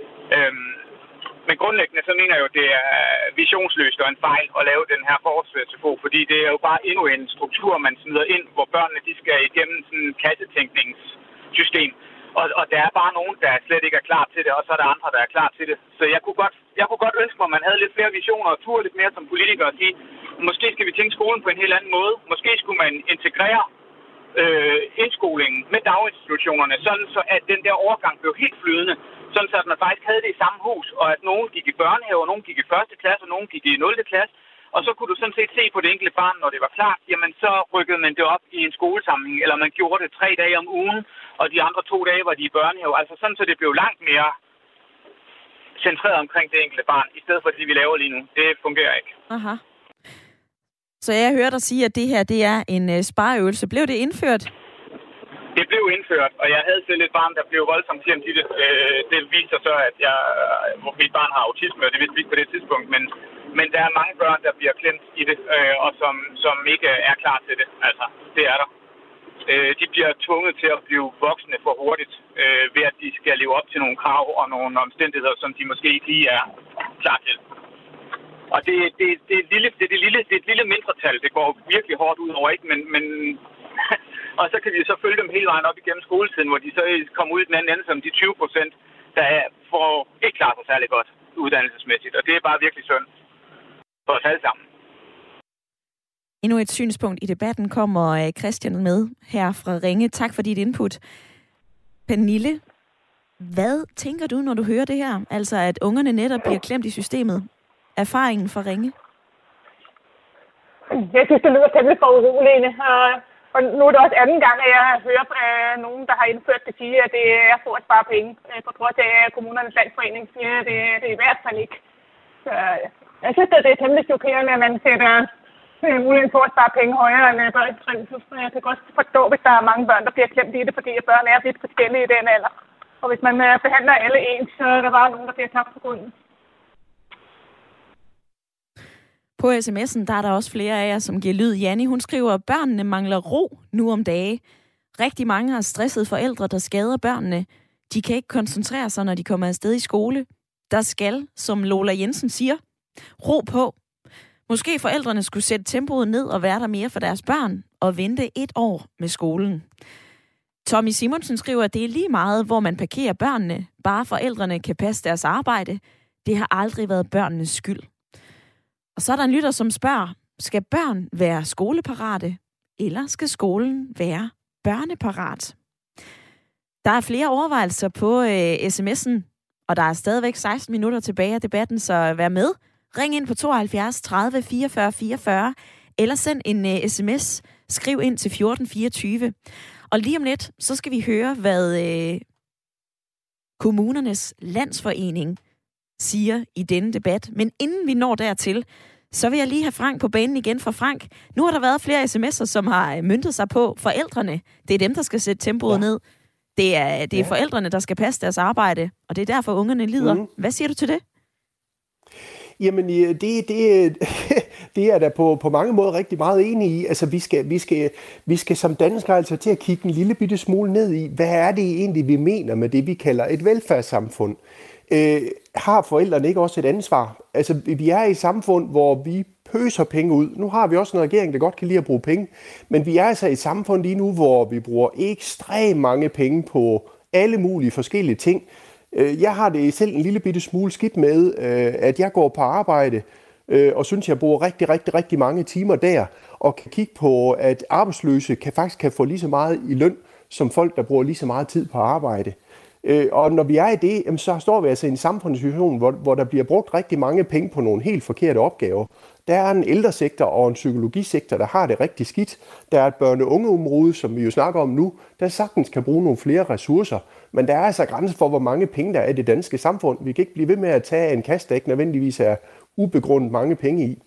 Men grundlæggende så mener jeg jo, at det er visionsløst og en fejl at lave den her forårs-SFO, fordi det er jo bare endnu en struktur, man smider ind, hvor børnene de skal igennem sådan en kassetænkningssystem. Og der er bare nogen, der slet ikke er klar til det, og så er der andre, der er klar til det. Så jeg kunne godt ønske mig, at man havde lidt flere visioner og turde lidt mere som politiker og sige, måske skal vi tænke skolen på en helt anden måde. Måske skulle man integrere indskolingen med daginstitutionerne, sådan så at den der overgang blev helt flydende. Sådan så at man faktisk havde det i samme hus, og at nogen gik i børnehave, og nogen gik i 1. klasse, og nogen gik i 0. klasse. Og så kunne du sådan set se på det enkelte barn, når det var klart, jamen så rykkede man det op i en skolesamling, eller man gjorde det 3 dage om ugen, og de andre 2 dage var de i børnehave. Altså sådan, så det blev langt mere centreret omkring det enkelte barn, i stedet for det, vi laver lige nu. Det fungerer ikke. Aha. Så jeg hørte dig sige, at det her det er en spareøvelse. Blev det indført? Det blev indført, og jeg havde selv et barn, der blev voldsomt klemt i det. Det viste sig så, at mit barn har autisme, og det vidste vi ikke på det tidspunkt, men der er mange børn, der bliver klemt i det, og som ikke er klar til det. Altså, det er der. De bliver tvunget til at blive voksne for hurtigt, ved at de skal leve op til nogle krav og nogle omstændigheder, som de måske ikke lige er klar til. Og det er et lille mindretal. Det går virkelig hårdt ud over, ikke? Men og så kan vi så følge dem hele vejen op igennem skoletiden, hvor de så kommer ud i den anden ende som de 20%, der får ikke klart sig særlig godt uddannelsesmæssigt. Og det er bare virkelig synd for os alle sammen. Endnu et synspunkt i debatten kommer Christian med her fra Ringe. Tak for dit input. Pernille, hvad tænker du, når du hører det her? Altså, at ungerne netop bliver klemt i systemet. Erfaringen fra Ringe? Jeg synes, det lyder temmelig for uroligende. Og nu er det også anden gang, at jeg hører nogen, der har indført det, sige, at det er for at spare penge. På trods af, at kommunernes landsforening siger, at det er i hvert fald ikke. Så jeg synes, at det er temmelig chokerende, at man sætter muligheden for at spare penge højere end børns trivsel. Jeg kan godt forstå, hvis der er mange børn, der bliver klemt i det, fordi børn er lidt forskellige i den alder. Og hvis man behandler alle ens, så er der bare nogen, der bliver tabt på grunden. På sms'en der er der også flere af jer, som giver lyd. Janni, hun skriver, at børnene mangler ro nu om dage. Rigtig mange har stressede forældre, der skader børnene. De kan ikke koncentrere sig, når de kommer afsted i skole. Der skal, som Lola Jensen siger, ro på. Måske forældrene skulle sætte tempoet ned og være der mere for deres børn og vente 1 år med skolen. Tommy Simonsen skriver, at det er lige meget, hvor man parkerer børnene. Bare forældrene kan passe deres arbejde. Det har aldrig været børnenes skyld. Og så er der en lytter, som spørger, skal børn være skoleparate, eller skal skolen være børneparat? Der er flere overvejelser på sms'en, og der er stadigvæk 16 minutter tilbage af debatten, så vær med. Ring ind på 72 30 44 44, eller send en sms. Skriv ind til 1424. Og lige om lidt, så skal vi høre, hvad Kommunernes Landsforening siger i denne debat. Men inden vi når dertil, så vil jeg lige have Frank på banen igen fra Frank. Nu har der været flere sms'er, som har møntet sig på forældrene. Det er dem, der skal sætte tempoet ned. Det er forældrene, der skal passe deres arbejde, og det er derfor, ungerne lider. Hvad siger du til det? Jamen, det er da på mange måder rigtig meget enig i. Altså, vi skal som danskere altså til at kigge en lille bitte smule ned i, hvad er det egentlig, vi mener med det, vi kalder et velfærdssamfund? Har forældrene ikke også et ansvar? Altså, vi er i et samfund, hvor vi pøser penge ud. Nu har vi også en regering, der godt kan lide at bruge penge, men vi er altså i et samfund lige nu, hvor vi bruger ekstremt mange penge på alle mulige forskellige ting. Jeg har det selv en lille bitte smule skidt med, at jeg går på arbejde og synes, jeg bruger rigtig mange timer der, og kan kigge på, at arbejdsløse faktisk kan få lige så meget i løn, som folk, der bruger lige så meget tid på arbejde. Og når vi er i det, så står vi altså i en samfundssituation, hvor der bliver brugt rigtig mange penge på nogle helt forkerte opgaver. Der er en ældresektor og en psykologisektor, der har det rigtig skidt. Der er et børne-ungeområde, som vi jo snakker om nu, der sagtens kan bruge nogle flere ressourcer. Men der er altså grænser for, hvor mange penge der er i det danske samfund. Vi kan ikke blive ved med at tage en kasse, der ikke nødvendigvis er ubegrundet mange penge i.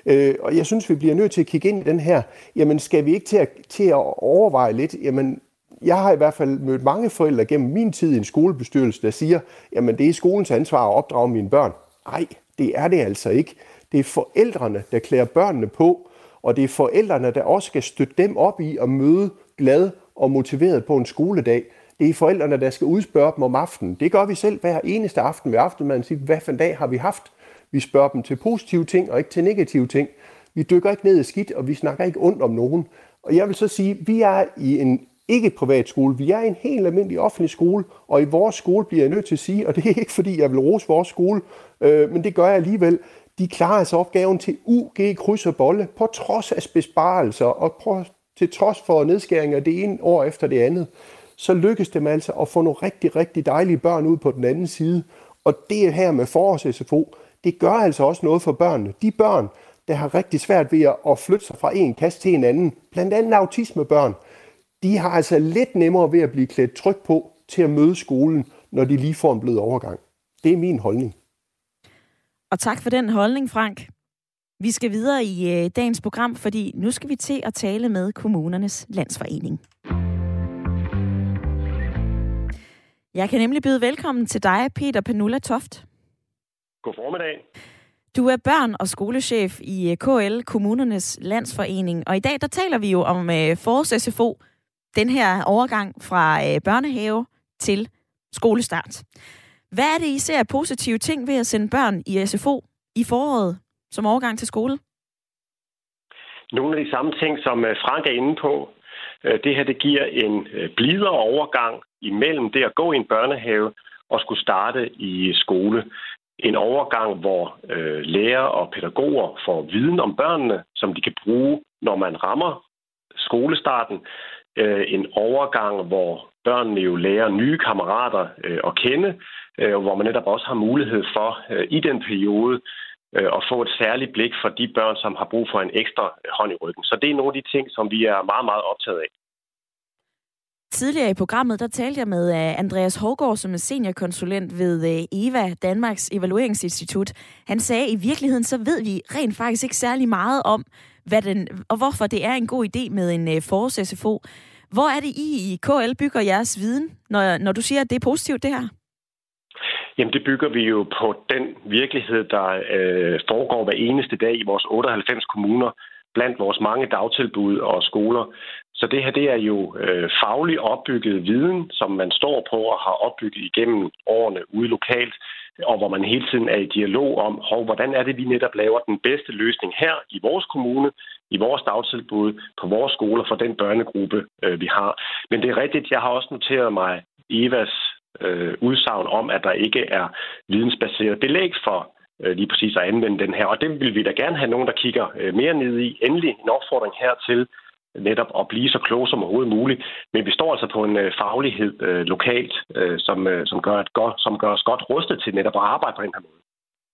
Og jeg synes, vi bliver nødt til at kigge ind i den her. Jamen, skal vi ikke til at overveje lidt? Jamen, jeg har i hvert fald mødt mange forældre gennem min tid i en skolebestyrelse, der siger, jamen det er skolens ansvar at opdrage mine børn. Nej, det er det altså ikke. Det er forældrene, der klæder børnene på, og det er forældrene, der også skal støtte dem op i at møde glad og motiveret på en skoledag. Det er forældrene, der skal udspørge dem om aftenen. Det gør vi selv hver eneste aften ved aftenmaden. Siger, hvad for en dag har vi haft? Vi spørger dem til positive ting og ikke til negative ting. Vi dykker ikke ned i skidt, og vi snakker ikke ondt om nogen. Og jeg vil så sige, at vi er i en ikke privat skole. Vi er i en helt almindelig offentlig skole, og i vores skole bliver jeg nødt til at sige, og det er ikke fordi, jeg vil rose vores skole, men det gør jeg alligevel. De klarer altså opgaven til UG, kryds og bolle, på trods af besparelser og til trods for nedskæringer det ene år efter det andet. Så lykkes det altså at få nogle rigtig dejlige børn ud på den anden side. Og det her med forårs-SFO, det gør altså også noget for børnene. De børn, der har rigtig svært ved at flytte sig fra en kasse til en anden, blandt andet autismebørn, de har altså lidt nemmere ved at blive klædt trygt på til at møde skolen, når de lige får en blød overgang. Det er min holdning. Og tak for den holdning, Frank. Vi skal videre i dagens program, fordi nu skal vi til at tale med Kommunernes Landsforening. Jeg kan nemlig byde velkommen til dig, Peter Panula Toft. God formiddag. Du er børn- og skolechef i KL, Kommunernes Landsforening, og i dag der taler vi jo om forårs-SFO, den her overgang fra børnehave til skolestart. Hvad er det, I ser positive ting ved at sende børn i SFO i foråret som overgang til skole? Nogle af de samme ting, som Frank er inde på. Det her, det giver en blidere overgang imellem det at gå i en børnehave og skulle starte i skole. En overgang, hvor lærere og pædagoger får viden om børnene, som de kan bruge, når man rammer skolestarten. En overgang, hvor børnene jo lærer nye kammerater at kende, og hvor man netop også har mulighed for i den periode at få et særligt blik for de børn, som har brug for en ekstra hånd i ryggen. Så det er nogle af de ting, som vi er meget optaget af. Tidligere i programmet, der talte jeg med Andreas Hårgaard, som er seniorkonsulent ved EVA, Danmarks Evalueringsinstitut. Han sagde, at i virkeligheden så ved vi rent faktisk ikke særlig meget om, og hvorfor det er en god idé med en forårs-SFO. Hvor er det I KL bygger jeres viden, når du siger, at det er positivt, det her? Jamen, det bygger vi jo på den virkelighed, der foregår hver eneste dag i vores 98 kommuner, blandt vores mange dagtilbud og skoler. Så det her, det er jo fagligt opbygget viden, som man står på og har opbygget igennem årene ude lokalt. og hvor man hele tiden er i dialog om, hvordan er det, vi netop laver den bedste løsning her i vores kommune, i vores dagtilbud, på vores skoler for den børnegruppe, vi har. Men det er rigtigt, jeg har også noteret mig Evas udsagn om, at der ikke er vidensbaseret belæg for lige præcis at anvende den her. Og det vil vi da gerne have nogen, der kigger mere ned i. Endelig en opfordring hertil netop at blive så kloge som overhovedet muligt. Men vi står altså på en faglighed lokalt, som gør os godt rustet til netop at arbejde på den her måde.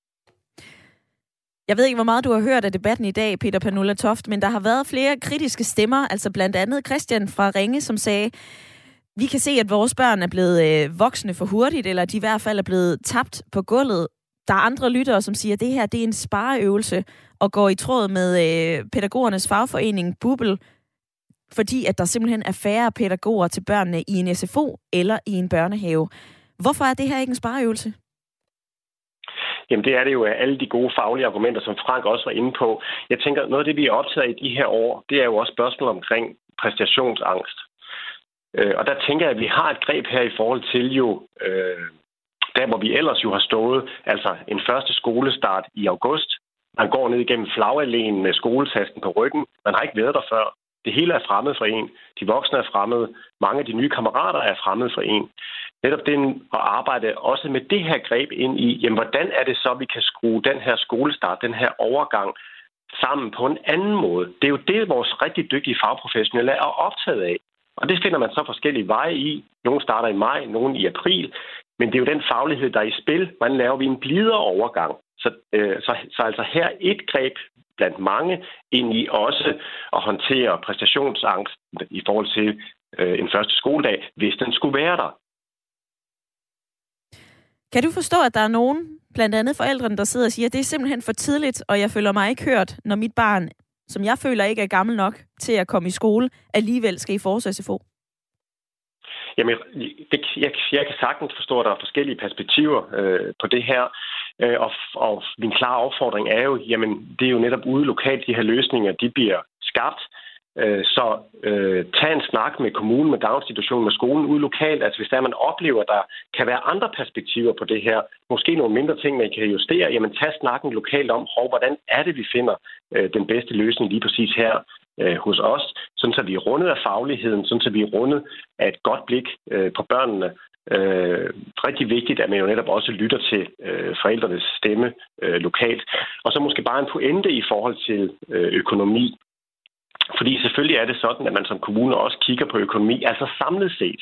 Jeg ved ikke, hvor meget du har hørt af debatten i dag, Peter Panula Toft, men der har været flere kritiske stemmer, altså blandt andet Christian fra Ringe, som sagde, vi kan se, at vores børn er blevet voksne for hurtigt, eller de i hvert fald er blevet tabt på gulvet. Der er andre lyttere, som siger, at det her det er en spareøvelse og går i tråd med pædagogernes fagforening BUPL, fordi at der simpelthen er færre pædagoger til børnene i en SFO eller i en børnehave. Hvorfor er det her ikke en spareøvelse? Jamen det er det jo af alle de gode faglige argumenter, som Frank også var inde på. Jeg tænker, noget af det, vi er optaget i de her år, det er jo også spørgsmål omkring præstationsangst. Og der tænker jeg, at vi har et greb her i forhold til der hvor vi ellers jo har stået, altså en første skolestart i august. Man går ned igennem Flagallén med skoletasken på ryggen. Man har ikke været der før. Det hele er fremmed for en. De voksne er fremmede. Mange af de nye kammerater er fremmede for en. Netop det at arbejde også med det her greb ind i, jamen hvordan er det så, vi kan skrue den her skolestart, den her overgang sammen på en anden måde. Det er jo det, vores rigtig dygtige fagprofessionelle er optaget af. Og det finder man så forskellige veje i. Nogle starter i maj, nogle i april. Men det er jo den faglighed, der er i spil. Hvordan laver vi en blidere overgang? Så altså her et greb blandt mange ind i også at håndtere præstationsangst i forhold til en første skoledag, hvis den skulle være der. Kan du forstå, at der er nogen, blandt andet forældrene, der sidder og siger, at det er simpelthen for tidligt, og jeg føler mig ikke hørt, når mit barn, som jeg føler ikke er gammel nok til at komme i skole, alligevel skal i forårs-SFO? Jamen, jeg kan sagtens forstå, at der er forskellige perspektiver på det her. Og min klare opfordring er jo, jamen, det er jo netop ude lokalt, de her løsninger, de bliver skabt. Så tag en snak med kommunen, med daginstitutionen, med skolen ude lokalt. Altså hvis der man oplever, at der kan være andre perspektiver på det her, måske nogle mindre ting, man kan justere, jamen tag snakken lokalt om, hvordan er det, vi finder den bedste løsning lige præcis her hos os, sådan så vi er rundet af fagligheden, sådan så vi er rundet af et godt blik på børnene. Rigtig vigtigt, at man jo netop også lytter til forældrenes stemme lokalt. Og så måske bare en pointe i forhold til økonomi. Fordi selvfølgelig er det sådan, at man som kommune også kigger på økonomi, altså samlet set.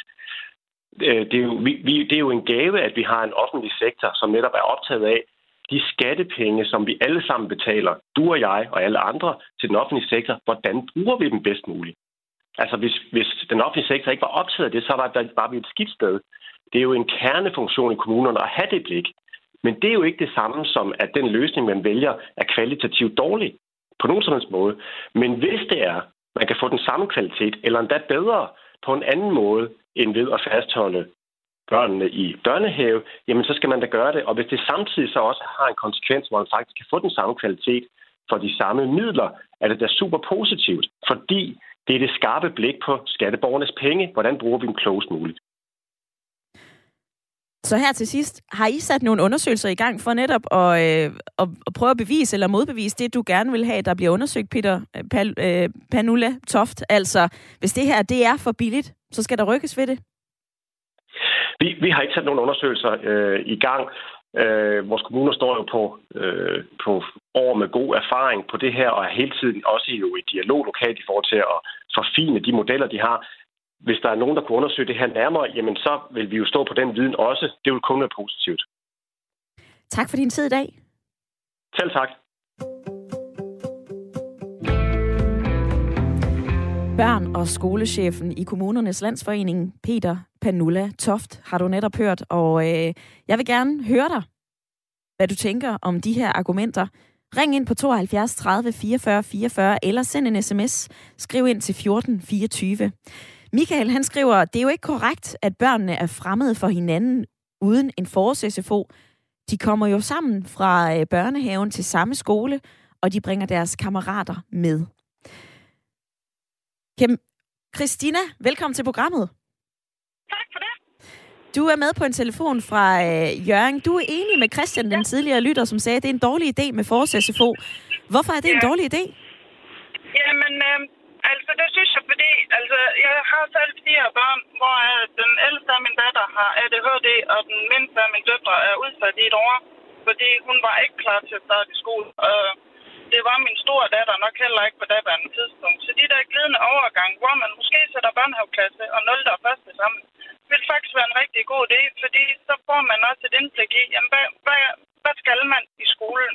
Det er jo en gave, at vi har en offentlig sektor, som netop er optaget af de skattepenge, som vi alle sammen betaler, du og jeg og alle andre, til den offentlige sektor. Hvordan bruger vi dem bedst muligt? Altså hvis den offentlige sektor ikke var optaget af det, så var vi et skidt sted. Det er jo en kernefunktion i kommunerne at have det blik. Men det er jo ikke det samme som, at den løsning, man vælger, er kvalitativt dårlig på nogen som helst måde. Men hvis det er, man kan få den samme kvalitet, eller endda bedre på en anden måde, end ved at fastholde børnene i børnehave, jamen så skal man da gøre det. Og hvis det samtidig så også har en konsekvens, hvor man faktisk kan få den samme kvalitet for de samme midler, er det da super positivt. Fordi det er det skarpe blik på skatteborgernes penge. Hvordan bruger vi dem klogest muligt? Så her til sidst, har I sat nogle undersøgelser i gang for netop at prøve at bevise eller modbevise det, du gerne vil have, der bliver undersøgt, Peter Panula Toft? Altså, hvis det her det er for billigt, så skal der rykkes ved det? Vi har ikke sat nogle undersøgelser i gang. Vores kommuner står jo på år med god erfaring på det her, og er hele tiden også jo i dialog lokalt i forhold til at forfine de modeller, de har. Hvis der er nogen, der kunne undersøge det her nærmere, jamen så vil vi jo stå på den viden også. Det vil kun være positivt. Tak for din tid i dag. Selv tak. Børn- og skolechefen i Kommunernes Landsforening, Peter Panula Toft, har du netop hørt. Og jeg vil gerne høre dig, hvad du tænker om de her argumenter. Ring ind på 72 30 44 44 eller send en sms. Skriv ind til 14 24. Michael, han skriver, det er jo ikke korrekt, at børnene er fremmede for hinanden uden en forårs-SFO. De kommer jo sammen fra børnehaven til samme skole, og de bringer deres kammerater med. Christina, velkommen til programmet. Tak for det. Du er med på en telefon fra Hjørring. Du er enig med Christian, den tidligere lytter, som sagde, at det er en dårlig idé med forårs-SFO. Hvorfor er det en dårlig idé? Jamen, det synes jeg, fordi jeg har selv 4 børn, hvor den ældste af min datter har ADHD, og den mindste af mine døtre er udsat i et år, fordi hun var ikke klar til at starte i skole. Det var min store datter nok heller ikke på daværende tidspunkt. Så de der glidende overgang, hvor man måske sætter børnehaveklasse og 0. og 1. sammen, vil faktisk være en rigtig god idé, fordi så får man også et indblik i, jamen, hvad skal man i skolen?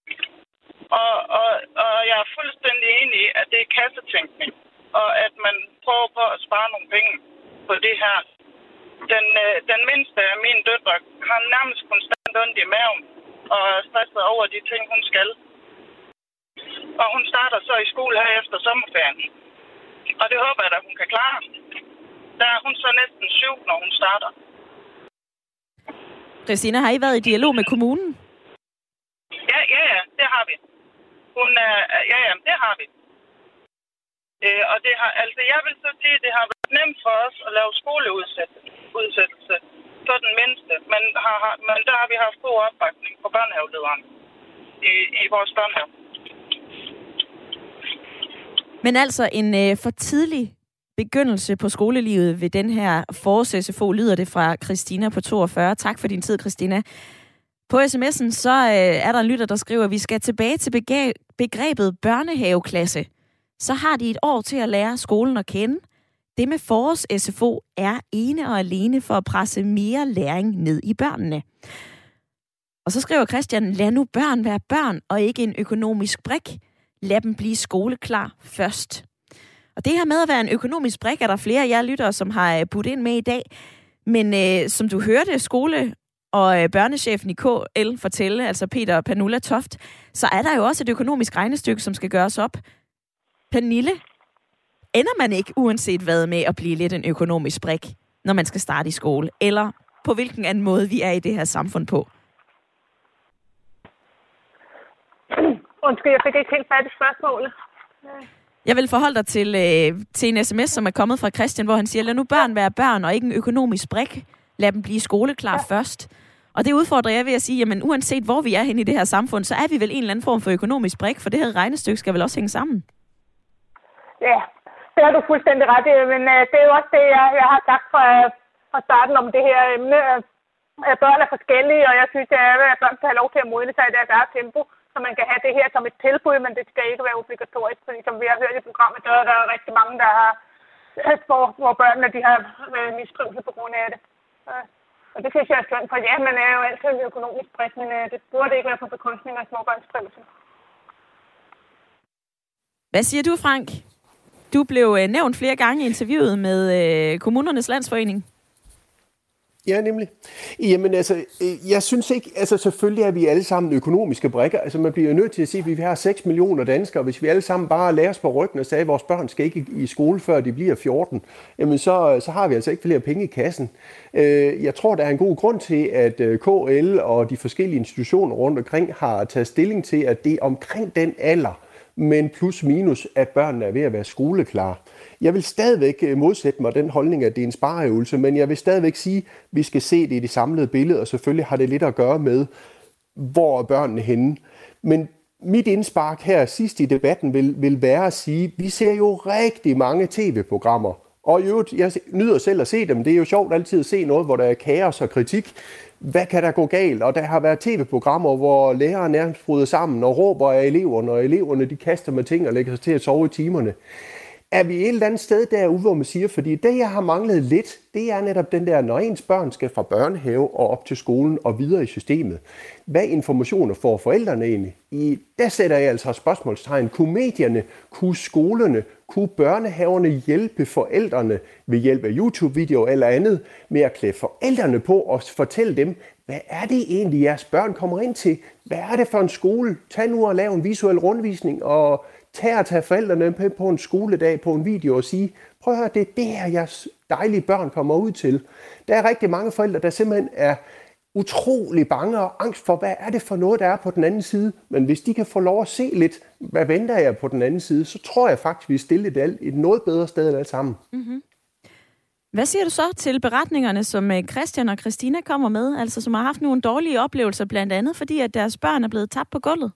Og jeg er fuldstændig enig i, at det er kassetænkning, og at man prøver på at spare nogle penge på det her. Den mindste af mine døtre har nærmest konstant ondt i maven og er stresset over de ting, hun skal. Og hun starter så i skole her efter sommerferien. Og det håber jeg da, hun kan klare. Der er hun så næsten 7, når hun starter. Christina, har I været i dialog med kommunen? Ja, det har vi. Det har vi. Og det har, jeg vil så sige, at det har været nemt for os at lave skoleudsættelse for den mindste. Men der har vi haft god opbakning på børnehavelederen i vores børnehave. Men altså en for tidlig begyndelse på skolelivet ved den her forårs-SFO, lyder det fra Christina på 42. Tak for din tid, Christina. På sms'en så er der en lytter, der skriver, at vi skal tilbage til begrebet børnehaveklasse. Så har de et år til at lære skolen at kende. Det med forårs-SFO er ene og alene for at presse mere læring ned i børnene. Og så skriver Christian, lad nu børn være børn og ikke en økonomisk brik. Lad dem blive skoleklar først. Og det her med at være en økonomisk brik, er der flere af jer lyttere, som har budt ind med i dag. Men som du hørte skole- og børnechefen i KL fortælle, altså Peter Panulla Toft, så er der jo også et økonomisk regnestykke, som skal gøres op. Pernille, ender man ikke uanset hvad med at blive lidt en økonomisk brik, når man skal starte i skole? Eller på hvilken anden måde vi er i det her samfund på? Undskyld, jeg fik ikke helt fat i spørgsmålet. Jeg vil forholde dig til en sms, som er kommet fra Christian, hvor han siger, lad nu børn være børn og ikke en økonomisk brik. Lad dem blive skoleklar først. Og det udfordrer jeg ved at sige, jamen uanset hvor vi er henne i det her samfund, så er vi vel en eller anden form for økonomisk brik, for det her regnestykke skal vel også hænge sammen. Ja, det har du fuldstændig ret i, men det er jo også det, jeg har sagt fra starten om det her emne. Børn er forskellige, og jeg synes, at børn skal have lov til at modne sig i deres eget tempo, så man kan have det her som et tilbud, men det skal ikke være obligatorisk, fordi som vi har hørt i programmet, der er rigtig mange, der har, hvor børnene de har mistrivsel på grund af det. Og det synes jeg er synd, for ja, man er jo altid en økonomisk brik, men det burde ikke være på bekostning af småbørns trivsel. Hvad siger du, Frank? Du blev nævnt flere gange i interviewet med Kommunernes Landsforening. Ja, nemlig. Jamen jeg synes ikke, selvfølgelig er vi alle sammen økonomiske brikker. Altså man bliver nødt til at sige, at vi har 6 millioner danskere. Hvis vi alle sammen bare lærer os på ryggen og sagde, at vores børn skal ikke i skole, før de bliver 14, jamen så har vi altså ikke flere penge i kassen. Jeg tror, der er en god grund til, at KL og de forskellige institutioner rundt omkring har taget stilling til, at det er omkring den alder, men plus minus, at børnene er ved at være skoleklar. Jeg vil stadigvæk modsætte mig den holdning, at det er en spareøvelse, men jeg vil stadigvæk sige, at vi skal se det i det samlede billede, og selvfølgelig har det lidt at gøre med, hvor er børnene henne. Men mit indspark her sidst i debatten vil være at sige, at vi ser jo rigtig mange tv-programmer, og i øvrigt, jeg nyder selv at se dem. Det er jo sjovt altid at se noget, hvor der er kaos og kritik. Hvad kan der gå galt? Og der har været tv-programmer, hvor lærere nærmest bryder sammen og råber af eleverne, og eleverne de kaster med ting og lægger sig til at sove i timerne. Er vi et eller andet sted derude, hvor man siger, fordi det, jeg har manglet lidt, det er netop den der, når ens børn skal fra børnehave og op til skolen og videre i systemet. Hvad informationer får forældrene egentlig? Der sætter jeg altså spørgsmålstegn. Kunne medierne, kunne skolerne, kunne børnehaverne hjælpe forældrene ved hjælp af YouTube-videoer eller andet med at klæde forældrene på og fortælle dem, hvad er det egentlig, jeres børn kommer ind til? Hvad er det for en skole? Tag nu og lav en visuel rundvisning og tage forældrene med på en skoledag på en video og sige, prøv at høre, det er det her, jeres dejlige børn kommer ud til. Der er rigtig mange forældre, der simpelthen er utrolig bange og angst for, hvad er det for noget, der er på den anden side. Men hvis de kan få lov at se lidt, hvad venter jeg på den anden side, så tror jeg faktisk, vi er stillet et noget bedre sted end alle sammen. Mm-hmm. Hvad siger du så til beretningerne, som Christian og Christina kommer med, altså som har haft nogle dårlige oplevelser, blandt andet fordi, at deres børn er blevet tabt på gulvet?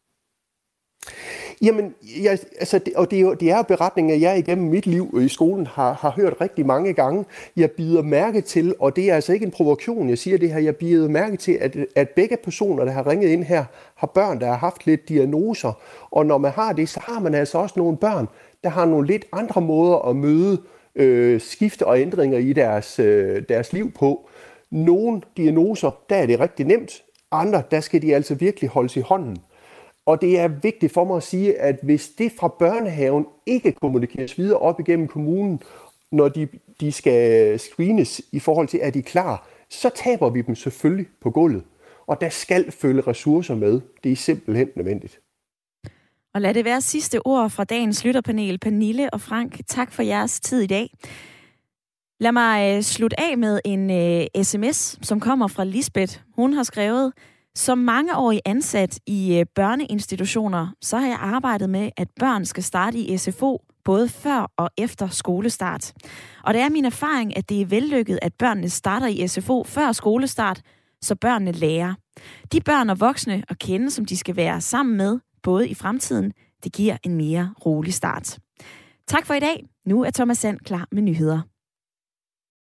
Jamen, det er jo beretninger, jeg igennem mit liv i skolen har hørt rigtig mange gange. Jeg bider mærke til, og det er altså ikke en provokation, jeg siger det her, jeg bider mærke til, at begge personer, der har ringet ind her, har børn, der har haft lidt diagnoser. Og når man har det, så har man altså også nogle børn, der har nogle lidt andre måder at møde skifte og ændringer i deres liv på. Nogle diagnoser, der er det rigtig nemt. Andre, der skal de altså virkelig holdes i hånden. Og det er vigtigt for mig at sige, at hvis det fra børnehaven ikke kommunikeres videre op igennem kommunen, når de skal screenes i forhold til, at de er klar, så taber vi dem selvfølgelig på gulvet. Og der skal følge ressourcer med. Det er simpelthen nødvendigt. Og lad det være sidste ord fra dagens lytterpanel. Pernille og Frank, tak for jeres tid i dag. Lad mig slutte af med en sms, som kommer fra Lisbeth. Hun har skrevet: som mangeårig ansat i børneinstitutioner, så har jeg arbejdet med, at børn skal starte i SFO både før og efter skolestart. Og det er min erfaring, at det er vellykket, at børnene starter i SFO før skolestart, så børnene lærer. De børn og voksne at kende, som de skal være sammen med, både i fremtiden, det giver en mere rolig start. Tak for i dag. Nu er Thomas Sand klar med nyheder.